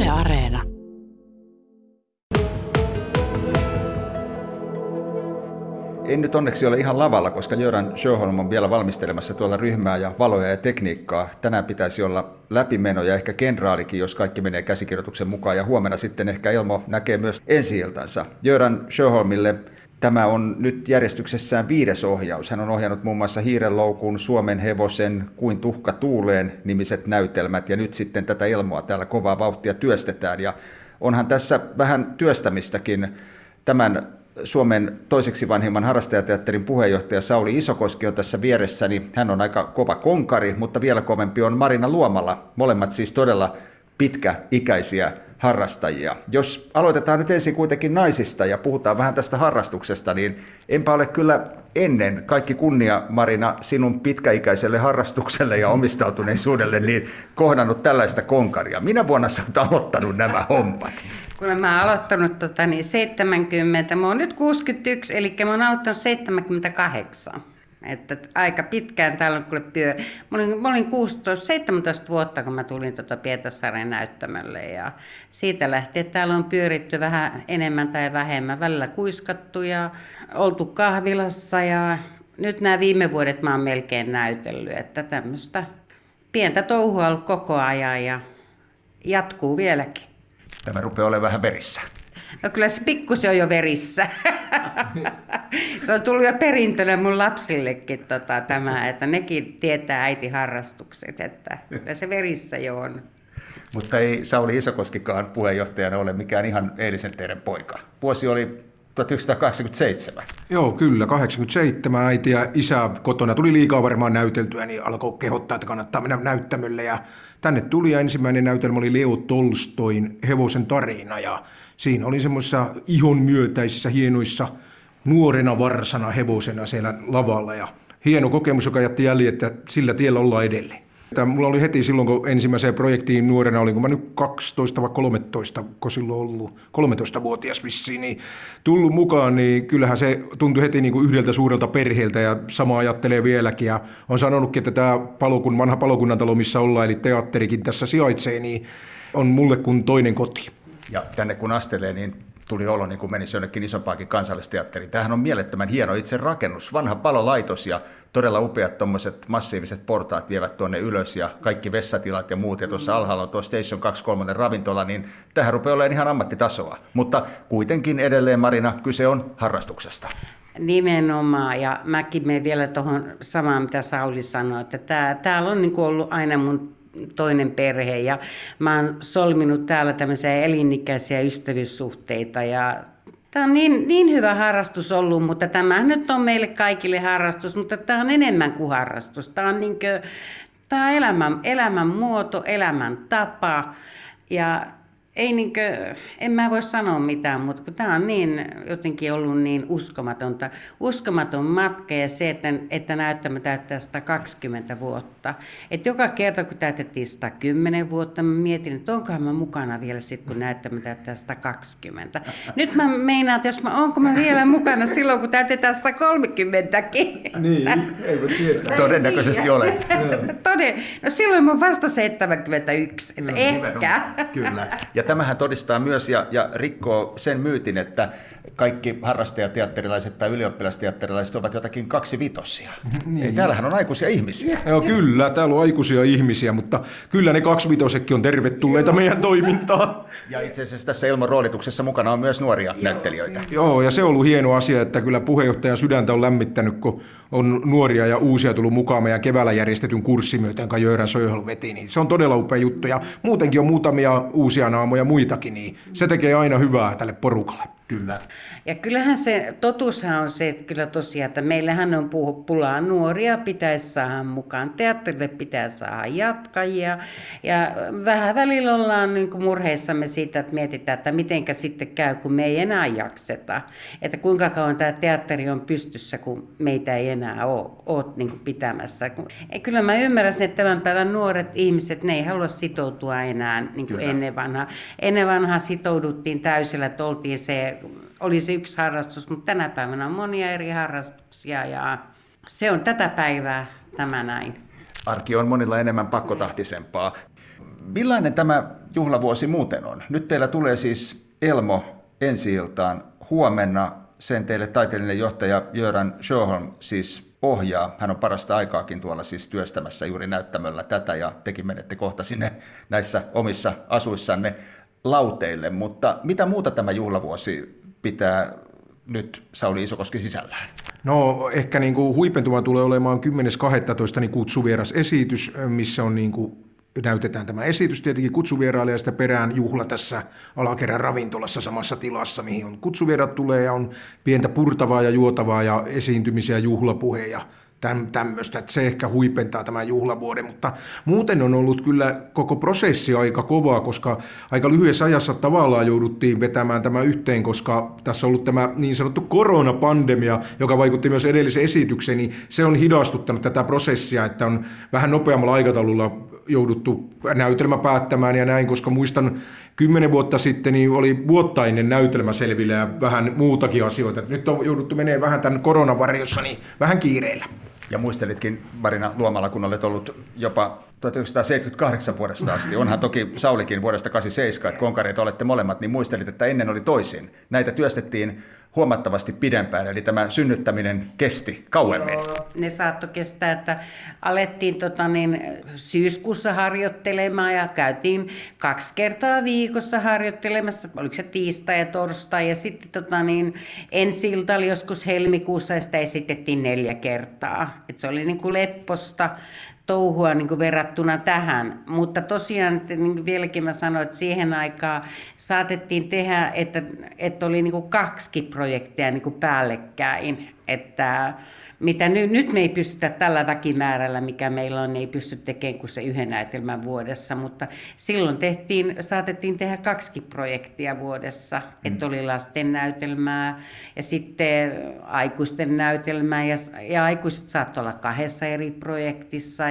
Yle Areena. En nyt onneksi ole ihan lavalla, koska Göran Sjöholm on vielä valmistelemassa tuolla ryhmää ja valoja ja tekniikkaa. Tänään pitäisi olla läpimeno ja ehkä kenraalikin, jos kaikki menee käsikirjoituksen mukaan. Ja huomenna sitten ehkä Elmo näkee myös ensi-iltansa. Göran Sjöholmille tämä on nyt järjestyksessään 5. ohjaus. Hän on ohjannut muun muassa Hiirenloukun, Suomen hevosen, Kuin tuhka tuuleen -nimiset näytelmät. Ja nyt sitten tätä Elmoa täällä kovaa vauhtia työstetään. Ja onhan tässä vähän työstämistäkin. Tämän Suomen toiseksi vanhimman harrastajateatterin puheenjohtaja Sauli Isokoski on tässä vieressäni. Hän on aika kova konkari, mutta vielä kovempi on Marina Luomala. Molemmat siis todella pitkäikäisiä harrastajia. Jos aloitetaan nyt ensin kuitenkin naisista ja puhutaan vähän tästä harrastuksesta, niin enpä ole kyllä ennen, kaikki kunnia Marina sinun pitkäikäiselle harrastukselle ja omistautuneisuudelle, niin kohdannut tällaista konkaria. Minä vuonna sä oot aloittanut nämä hommat? Kun mä oon aloittanut 70, mä oon nyt 61, eli mä oon aloittanut 78. Että aika pitkään täällä on kuule Mä olin 17 vuotta, kun mä tulin Pietarsaaren näyttämölle ja siitä lähtien täällä on pyöritty vähän enemmän tai vähemmän, välillä kuiskattu ja oltu kahvilassa ja nyt nämä viime vuodet mä oon melkein näytellyt, että tämmöistä pientä touhua on ollut koko ajan ja jatkuu vieläkin. Tämä rupeaa olemaan vähän verissä. No kyllä se pikkusen on jo verissä. Se on tullut jo perintönä mun lapsillekin tämä, että nekin tietää äitiharrastukset, että kyllä se verissä jo on. Mutta ei Sauli Isokoskikaan puheenjohtajana ole mikään ihan eilisen teidän poika. Vuosi oli 1987. Joo, kyllä, 87 äiti ja isä kotona tuli liikaa varmaan näyteltyä, niin alkoi kehottaa, että kannattaa mennä näyttämölle. Ja tänne tuli ja ensimmäinen näytelmä oli Leo Tolstoin Hevosen tarina ja siinä oli semmoisissa ihon myötäisissä hienoissa nuorena varsana hevosena siellä lavalla ja hieno kokemus, joka jätti jäljet, että sillä tiellä ollaan edelleen. Mulla oli heti silloin, kun ensimmäiseen projektiin nuorena olin, kun mä nyt 12 vai 13, kun silloin ollut 13-vuotias vissiin, niin tullut mukaan, niin kyllähän se tuntui heti niin kuin yhdeltä suurelta perheeltä ja sama ajattelee vieläkin. Ja on sanonutkin, että tämä vanha palokunnantalo, missä ollaan, eli teatterikin tässä sijaitsee, niin on mulle kuin toinen koti. Ja tänne kun astelee, niin tuli olo niin kuin menisi jonnekin isompaakin kansallisteatteriin. Tämähän on mielettömän hieno itse rakennus, vanha palolaitos ja todella upeat tuommoiset massiiviset portaat vievät tuonne ylös ja kaikki vessatilat ja muut. Ja tuossa alhaalla on tuo Station 23 ravintola, niin tähän rupeaa olemaan ihan ammattitasoa. Mutta kuitenkin edelleen, Marina, kyse on harrastuksesta. Nimenomaan, ja mäkin menen vielä tuohon samaan, mitä Sauli sanoi, että täällä on niin kuin ollut aina mun toinen perhe ja mä oon solminut täällä tämmöisiä elinikäisiä ystävyyssuhteita ja tämä on niin hyvä harrastus ollut, mutta tämä nyt on meille kaikille harrastus, mutta tämä on enemmän kuin harrastus. Tämä on, tämä on elämän muoto, elämän tapa ja ei en mä voi sanoa mitään, mutta kun tämä on jotenkin ollut niin uskomaton matka ja se, että näyttämö täyttää 120 vuotta. Että joka kerta, kun täytettiin 110 vuotta, mä mietin, että onkohan mä mukana vielä sitten, kun näyttämö täyttää 120. Nyt mä meinaan, että onko mä vielä mukana silloin, kun täytetään 130kin. Niin, ei voi tietää. Todennäköisesti olet. No silloin mä vasta 71, että ehkä. Kyllä. Ja tämähän todistaa myös ja rikkoo sen myytin, että kaikki harrastajateatterilaiset tai ylioppilasteatterilaiset ovat jotakin 25. Niin. Täällähän on aikuisia ihmisiä. Joo, kyllä, täällä on aikuisia ihmisiä, mutta kyllä ne 25-kin on tervetulleita meidän toimintaan. Ja itse asiassa tässä Elmon roolituksessa mukana on myös nuoria näyttelijöitä. Joo, ja se on ollut hieno asia, että kyllä puheenjohtajan sydäntä on lämmittänyt, kun on nuoria ja uusia tullut mukaan meidän keväällä järjestetyn kurssin myötä, jonka Göran Sjöholm veti. Niin se on todella upea juttu ja muutenkin on muutamia uusia naamoja muitakin, niin se tekee aina hyvää tälle porukalle. Kyllä. Ja kyllähän se, totuushan on se, että kyllä tosiaan, että meillähän on pulaa nuoria, pitäisi saada mukaan teatterille, pitäisi saada jatkajia. Ja vähän välillä ollaan niin kuin murheissamme siitä, että mietitään, että mitenkä sitten käy, kun me ei enää jakseta. Että kuinka kauan tämä teatteri on pystyssä, kun meitä ei enää ole niin kuin pitämässä. Ja kyllä mä ymmärrän, että tämän päivän nuoret ihmiset, ne ei halua sitoutua enää niin kuin ennen vanhaa. Ennen vanhaa sitouduttiin täysillä, että oli se yksi harrastus, mutta tänä päivänä on monia eri harrastuksia ja se on tätä päivää tämä näin. Arki on monilla enemmän pakkotahtisempaa. Millainen tämä juhlavuosi muuten on? Nyt teillä tulee siis Elmo ensi-iltaan huomenna. Sen teille taiteellinen johtaja Göran Sjöholm siis ohjaa. Hän on parasta aikaakin tuolla siis työstämässä juuri näyttämöllä tätä ja tekin menette kohta sinne näissä omissa asuissanne lauteille. Mutta mitä muuta tämä juhlavuosi pitää nyt Sauli Isokoski sisällään? No ehkä niin kuin huipentuma tulee olemaan 10.12. niin kutsuvierasesitys, missä on niin kuin näytetään tämä esitys tietenkin kutsuvieraille ja sitä perään juhla tässä alakerran ravintolassa samassa tilassa, mihin on kutsuvierat tulee ja on pientä purtavaa ja juotavaa ja esiintymisiä, juhlapuheja. Tämmöistä, että se ehkä huipentaa tämän juhlavuoden, mutta muuten on ollut kyllä koko prosessi aika kovaa, koska aika lyhyessä ajassa tavallaan jouduttiin vetämään tämä yhteen, koska tässä on ollut tämä niin sanottu koronapandemia, joka vaikutti myös edelliseen esitykseen, niin se on hidastuttanut tätä prosessia, että on vähän nopeammalla aikataululla jouduttu näytelmä päättämään ja näin, koska muistan 10 vuotta sitten niin oli vuottainen näytelmä selvillä ja vähän muutakin asioita. Nyt on jouduttu menemään vähän tämän koronan varjossa, niin vähän kiireellä. Ja muistelitkin, Marina Luomala, kun olet ollut jopa 1978 vuodesta asti. Onhan toki Saulikin vuodesta 87, että konkareita olette molemmat, niin muistelit, että ennen oli toisin. Näitä työstettiin huomattavasti pidempään, eli tämä synnyttäminen kesti kauemmin. Joo, ne saattoi kestää, että alettiin syyskuussa harjoittelemaan ja käytiin 2 kertaa viikossa harjoittelemassa, oliko se tiistai ja torstai, ja sitten ensi-ilta oli joskus helmikuussa ja sitä esitettiin 4 kertaa. Et se oli niin kuin lepposta touhua niin kuin verrattuna tähän, mutta tosiaan niin vieläkin mä sanoin, että siihen aikaan saatettiin tehdä, että oli niin kuin 2 projektia niin kuin päällekkäin, että mitä nyt me ei pystytä tällä väkimäärällä, mikä meillä on, ei pysty tekemään kuin se 1 näytelmän vuodessa, mutta silloin saatettiin tehdä 2 projektia vuodessa, että oli lasten näytelmää ja sitten aikuisten näytelmää ja aikuiset saattoi olla 2 eri projektissa,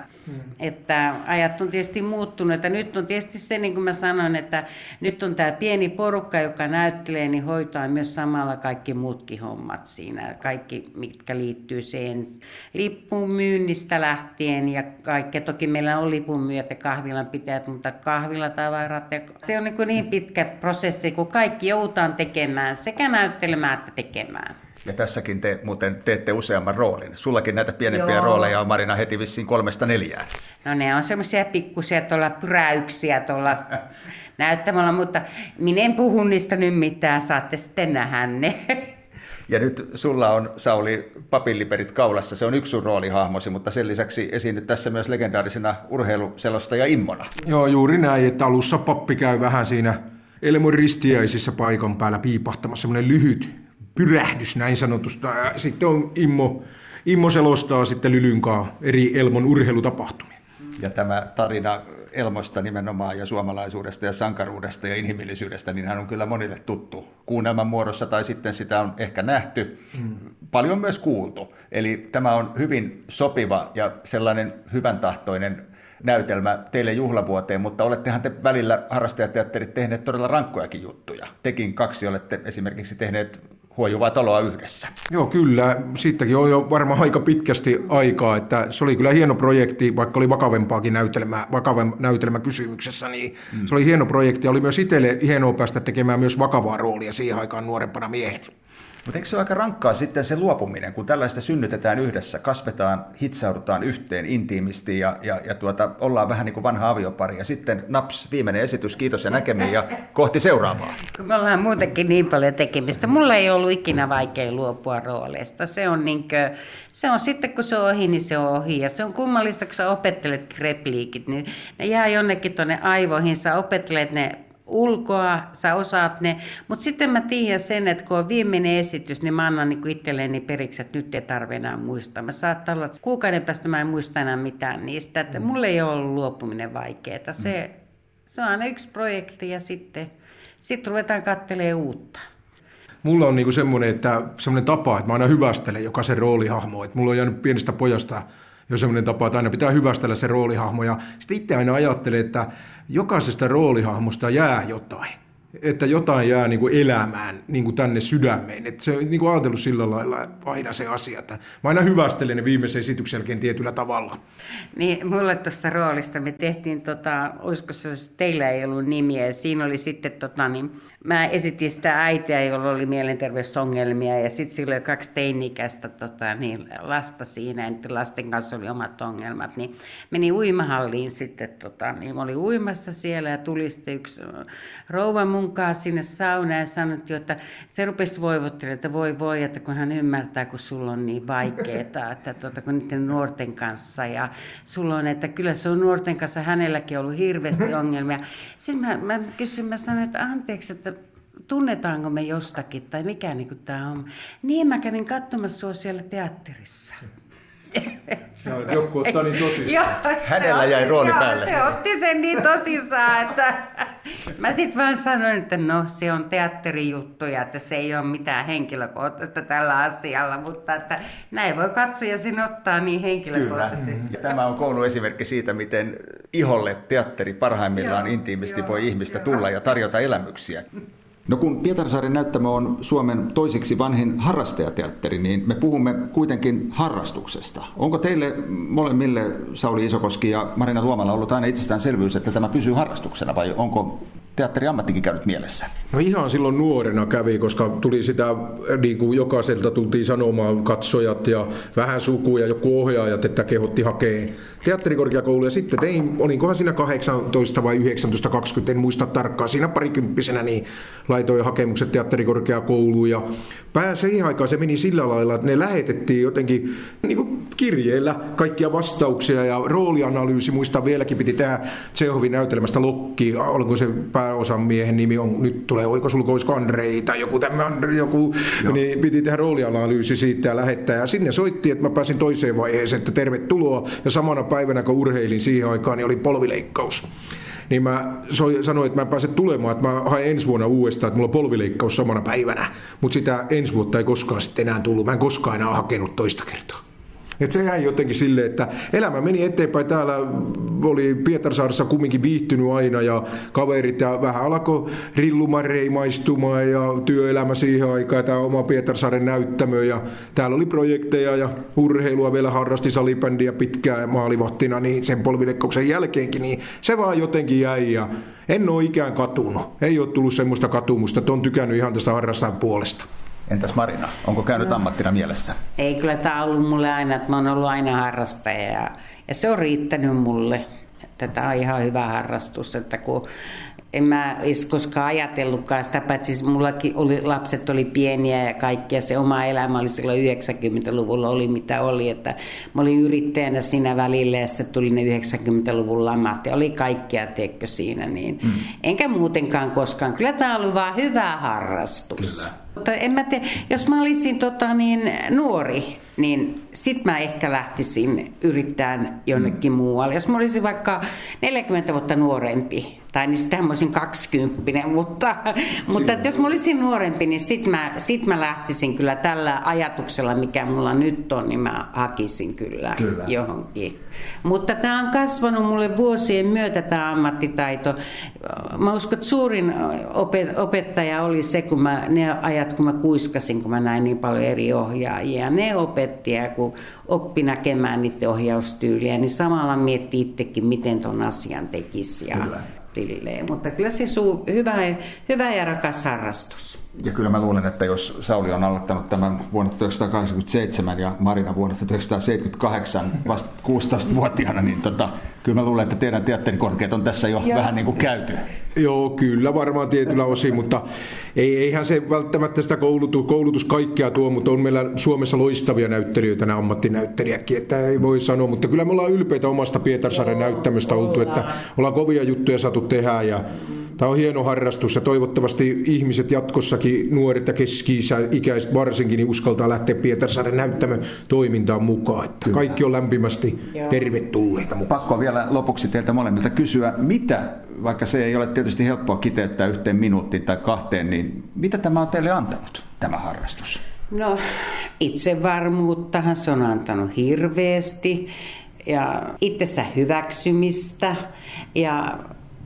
että ajat on tietysti muuttunut, että nyt on tietysti se, niin kuin mä sanoin, että nyt on tämä pieni porukka, joka näyttelee, niin hoitaa myös samalla kaikki muutkin hommat siinä, kaikki mitkä liittyy siihen lippun myynnistä lähtien ja kaikkea. Toki meillä on lipunmyyjät ja kahvilanpitäjät, mutta kahvilatavarat. Ja se on niin pitkä prosessi, kun kaikki joudutaan tekemään, sekä näyttelemään että tekemään. Ja tässäkin te muuten teette useamman roolin. Sullakin näitä pienempiä rooleja on, Marina, heti vissiin 3-4. No ne on semmoisia pikkusia pyräyksiä tuolla näyttämällä, mutta minä en puhu niistä nyt mitään, saatte sitten nähdä ne. Ja nyt sulla on, Sauli, papilliperit kaulassa. Se on yksi sun roolihahmosi, mutta sen lisäksi esiinnyt tässä myös legendaarisena urheiluselostaja Immona. Joo, juuri näin, että alussa pappi käy vähän siinä Elmon ristiäisissä paikan päällä piipahtamassa, semmoinen lyhyt pyrähdys näin sanotusta. Ja sitten on Immo selostaa sitten Lylynkaa eri Elmon urheilutapahtumia. Ja tämä tarina Elmosta nimenomaan ja suomalaisuudesta ja sankaruudesta ja inhimillisyydestä, niin hän on kyllä monille tuttu kuunnelman muodossa tai sitten sitä on ehkä nähty, paljon myös kuultu. Eli tämä on hyvin sopiva ja sellainen hyvän tahtoinen näytelmä teille juhlavuoteen, mutta olettehan te välillä harrastajateatterit tehneet todella rankkojakin juttuja. Tekin 2 olette esimerkiksi tehneet Huojuvaa taloa yhdessä. Joo, kyllä. Siitäkin on jo varmaan aika pitkästi aikaa, että se oli kyllä hieno projekti, vaikka oli vakavempaakin näytelmä kysymyksessä, niin se oli hieno projekti ja oli myös itselle hienoa päästä tekemään myös vakavaa roolia siihen aikaan nuorempana miehenä. Mutta eikö se ole aika rankkaa sitten se luopuminen, kun tällaista synnytetään yhdessä, kasvetaan, hitsaudutaan yhteen intiimisti ja ollaan vähän niin kuin vanha aviopari ja sitten naps, viimeinen esitys, kiitos ja näkemiin ja kohti seuraavaa. Kun me ollaan muutenkin niin paljon tekemistä. Mulla ei ollut ikinä vaikea luopua rooleista. Se on sitten kun se on ohi, niin se on ohi ja se on kummallista, kun sä opettelet repliikit, niin ne jää jonnekin tuonne aivoihin, sä opettelet ne ulkoa, sä osaat ne, mutta sitten mä tiedän sen, että kun on viimeinen esitys, niin mä annan niin itselleni periksi, että nyt ei tarvitse enää muistaa. Mä saattaa olla, että kuukauden päästä mä en muista enää mitään niistä, että mulle ei ole ollut luopuminen vaikeaa. Se on aina yksi projekti ja sitten ruvetaan katselemaan uutta. Mulla on niinku semmoinen tapa, että mä aina hyvästelen jokaisen roolihahmoa. Että mulla on jäänyt pienestä pojasta jo semmoinen tapa, että aina pitää hyvästellä se roolihahmo. Ja sitten itse aina ajattelen, että jokaisesta roolihahmosta jää jotain. että jotain jää niin kuin elämään niin kuin tänne sydämeen. Että se on niin kuin ajatellut sillä lailla aina se asia. Että mä aina hyvästelen ne viimeisen esityksen jälkeen tietyllä tavalla. Niin, mulle tuossa roolista me tehtiin, olisiko se, teillä ei ollut nimiä, ja siinä oli sitten, mä esitin sitä äitiä, jolla oli mielenterveysongelmia, ja sitten sillä oli 2 teini-ikäistä lasta siinä, ja lasten kanssa oli omat ongelmat, niin meni uimahalliin sitten, niin mä olin uimassa siellä, ja tuli sitten yksi rouva munkaan sinne saunaan, ja sanoi, että se rupesi voivottelemaan, että voi, että kun hän ymmärtää, kun sulla on niin vaikeaa, että kun niiden nuorten kanssa, ja sulla on, että kyllä se on nuorten kanssa, hänelläkin ollut hirveästi ongelmia. Siis mä sanoin, että anteeksi, että tunnetaanko me jostakin, tai mikä niin tämä on. Niin mä kävin katsomassa sua siellä teatterissa. No, joku ottaa niin tosissaan. Hänellä jäi rooli päälle. Se otti sen niin tosissaan, että mä sitten vaan sanoin, että no se on teatterijuttuja, että se ei ole mitään henkilökohtaista tällä asialla, mutta että näin voi katsoja sen ottaa niin henkilökohtaisesti. Kyllä. Tämä on kouluesimerkki siitä, miten iholle teatteri parhaimmillaan intiimisti voi ihmistä tulla ja tarjota elämyksiä. No kun Pietarsaaren näyttämö on Suomen toiseksi vanhin harrastajateatteri, niin me puhumme kuitenkin harrastuksesta. Onko teille molemmille, Sauli Isokoski ja Marina Tuomala, ollut aina itsestäänselvyys, että tämä pysyy harrastuksena, vai onko teatteriammattikin käynyt mielessä? No ihan silloin nuorena kävi, koska tuli sitä, niin kuin jokaiselta tultiin sanomaan katsojat ja vähän sukuja, joku ohjaajat, että kehotti hakee teatterikorkeakoulu. Ja sitten olinkohan siinä 18 vai 19, 20, en muista tarkkaan, siinä parikymppisenä, niin laitoin hakemukset teatterikorkeakouluun. Ja siihen aikaan se meni sillä lailla, että ne lähetettiin jotenkin niin kuin kirjeellä kaikkia vastauksia ja roolianalyysi. Muistan vieläkin piti tehdä Tšekhovin näytelmästä Lokki, oliko se pääosan miehen nimi on, nyt tulee Oikosulkoisko Andrei tai joku tämmöinen, niin piti tehdä roolianalyysi siitä ja lähettää. Ja sinne soitti, että mä pääsin toiseen vaiheeseen, että tervetuloa. Ja samana päivänä, kun urheilin siihen aikaan, niin oli polvileikkaus. Niin mä sanoin, että mä en pääse tulemaan, että mä haen ensi vuonna uudestaan, että mulla on polvileikkaus samana päivänä. Mutta sitä ensi vuotta ei koskaan sitten enää tullut. Mä en koskaan enää hakenut toista kertaa. Että se jäi jotenkin silleen, että elämä meni eteenpäin. Täällä oli Pietarsaaressa kumminkin viihtynyt aina ja kaverit ja vähän alkoi rillumarrei maistumaan ja työelämä siihen aikaan ja tämä oma Pietarsaaren näyttämö. Ja täällä oli projekteja ja urheilua, vielä harrasti salibändiä pitkään maalivahtina, niin sen polvileikkauksen jälkeenkin, niin se vaan jotenkin jäi ja en ole ikään katunut. Ei ole tullut semmoista katumusta, että on tykännyt ihan tästä harrastajan puolesta. Entäs Marina, onko käynyt ammattina mielessä? Ei, kyllä tämä on ollut mulle aina, että mä oon ollut aina harrastaja ja se on riittänyt mulle. Että tämä on ihan hyvä harrastus, että kun en mä olisi koskaan ajatellutkaan sitä, paitsi mullakin lapset oli pieniä ja kaikki ja se oma elämä oli silloin 90-luvulla oli mitä oli, että mä olin yrittäjänä siinä välillä ja sitten tuli ne 90-luvun lamat ja oli kaikkia teekö siinä, niin enkä muutenkaan koskaan. Kyllä tämä on ollut vaan hyvä harrastus. Kyllä. Mutta en mä jos mä olisin nuori, niin sit mä ehkä lähtisin yrittämään jonnekin muualle. Jos mä olisin vaikka 40 vuotta nuorempi, tai niin sitähän mä olisin 20, mutta että jos mä olisin nuorempi, niin sit mä lähtisin kyllä tällä ajatuksella, mikä mulla nyt on, niin mä hakisin kyllä. Johonkin. Mutta tämä on kasvanut mulle vuosien myötä tämä ammattitaito. Mä uskon, että suurin opettaja oli se, kun ne ajat, kun mä kuiskasin, kun mä näin niin paljon eri ohjaajia. Ne opetti ja kun oppi näkemään niiden ohjaustyyliä, niin samalla mietti itsekin, miten ton asian tekisi. Mutta kyllä se hyvä ja rakas harrastus. Ja kyllä mä luulen, että jos Sauli on aloittanut tämän vuonna 1987 ja Marina vuonna 1978 vasta 16-vuotiaana, niin kyllä mä luulen, että teidän teatterikorkeat on tässä jo vähän niin kuin käyty. Joo, kyllä varmaan tietyllä osin, mutta eihän se välttämättä sitä koulutus kaikkea tuo, mutta on meillä Suomessa loistavia näyttelijöitä, nämä ammattinäyttelijätkin, että ei voi sanoa, mutta kyllä me ollaan ylpeitä omasta Pietarsaaren näyttämöstä oltu, että ollaan kovia juttuja saatu tehdä ja tämä on hieno harrastus ja toivottavasti ihmiset jatkossakin, nuoret ja keski-ikäiset varsinkin, niin uskaltaa lähteä Pietarsaaren näyttämön toimintaan mukaan. Että kaikki on lämpimästi tervetulleita mukaan. Pakko vielä lopuksi teiltä molemmilta kysyä, mitä, vaikka se ei ole tietysti helppoa kiteyttää 1 minuuttiin tai 2, niin mitä tämä on teille antanut, tämä harrastus? No itsevarmuuttahan se on antanut hirveästi ja itsensä hyväksymistä ja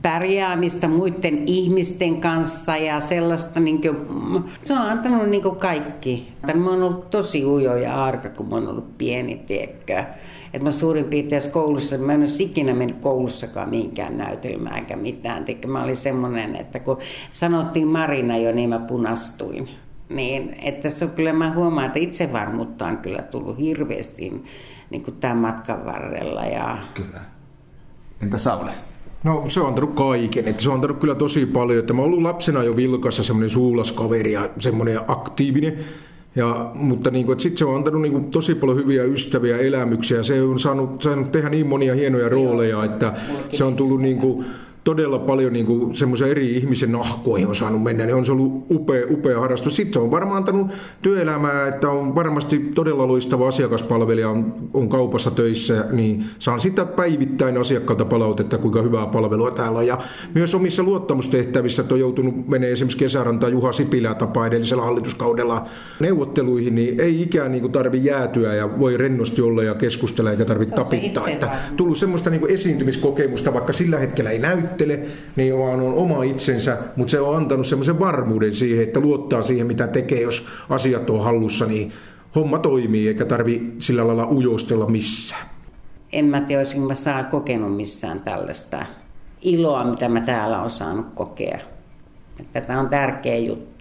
pärjäämistä muiden ihmisten kanssa ja sellaista, niin kuin, se on antanut niin kuin kaikki. Mä oon ollut tosi ujo ja arka, kun mä oon ollut pieni, tiedätkö. Että mä suurin piirtein koulussa, mä en olisi ikinä mennyt koulussakaan mihinkään näytelmään eikä mitään. Mä olin semmoinen, että kun sanottiin Marina jo, niin mä punastuin. Niin, että se on kyllä, mä huomaan, että itsevarmuutta on kyllä tullut hirveästi niin kuin tämän matkan varrella. Ja... Kyllä. Entä Sauli? No se on antanut kaiken, että se on antanut kyllä tosi paljon, että mä oon ollut lapsena jo vilkassa semmoinen suulaskaveri ja semmoinen aktiivinen, mutta niin sitten se on antanut niin tosi paljon hyviä ystäviä, elämyksiä, se on saanut tehdä niin monia hienoja rooleja, että se on tullut niin todella paljon niin semmoisia eri ihmisen nahkoihin on saanut mennä, niin on se ollut upea harrastus. Sitten on varmaan antanut työelämää, että on varmasti todella loistava asiakaspalvelija, on kaupassa töissä, niin saan sitä päivittäin asiakkaalta palautetta, kuinka hyvää palvelua täällä on. Ja myös omissa luottamustehtävissä, että on joutunut menemään esimerkiksi Kesärantaa Juha Sipilää tapaa edellisellä hallituskaudella neuvotteluihin, niin ei ikään niin tarvitse jäätyä ja voi rennosti olla ja keskustella eikä tarvitse tapittaa. Että tullut semmoista niin esiintymiskokemusta, vaikka sillä hetkellä ei näyttele, niin vaan on oma itsensä, mutta se on antanut semmoisen varmuuden siihen, että luottaa siihen, mitä tekee, jos asiat on hallussa, niin homma toimii, eikä tarvitse sillä lailla ujostella missään. En mä tiedä, olisinko mä saa kokenut missään tällaista iloa, mitä mä täällä olen saanut kokea. Että tämä on tärkeä juttu.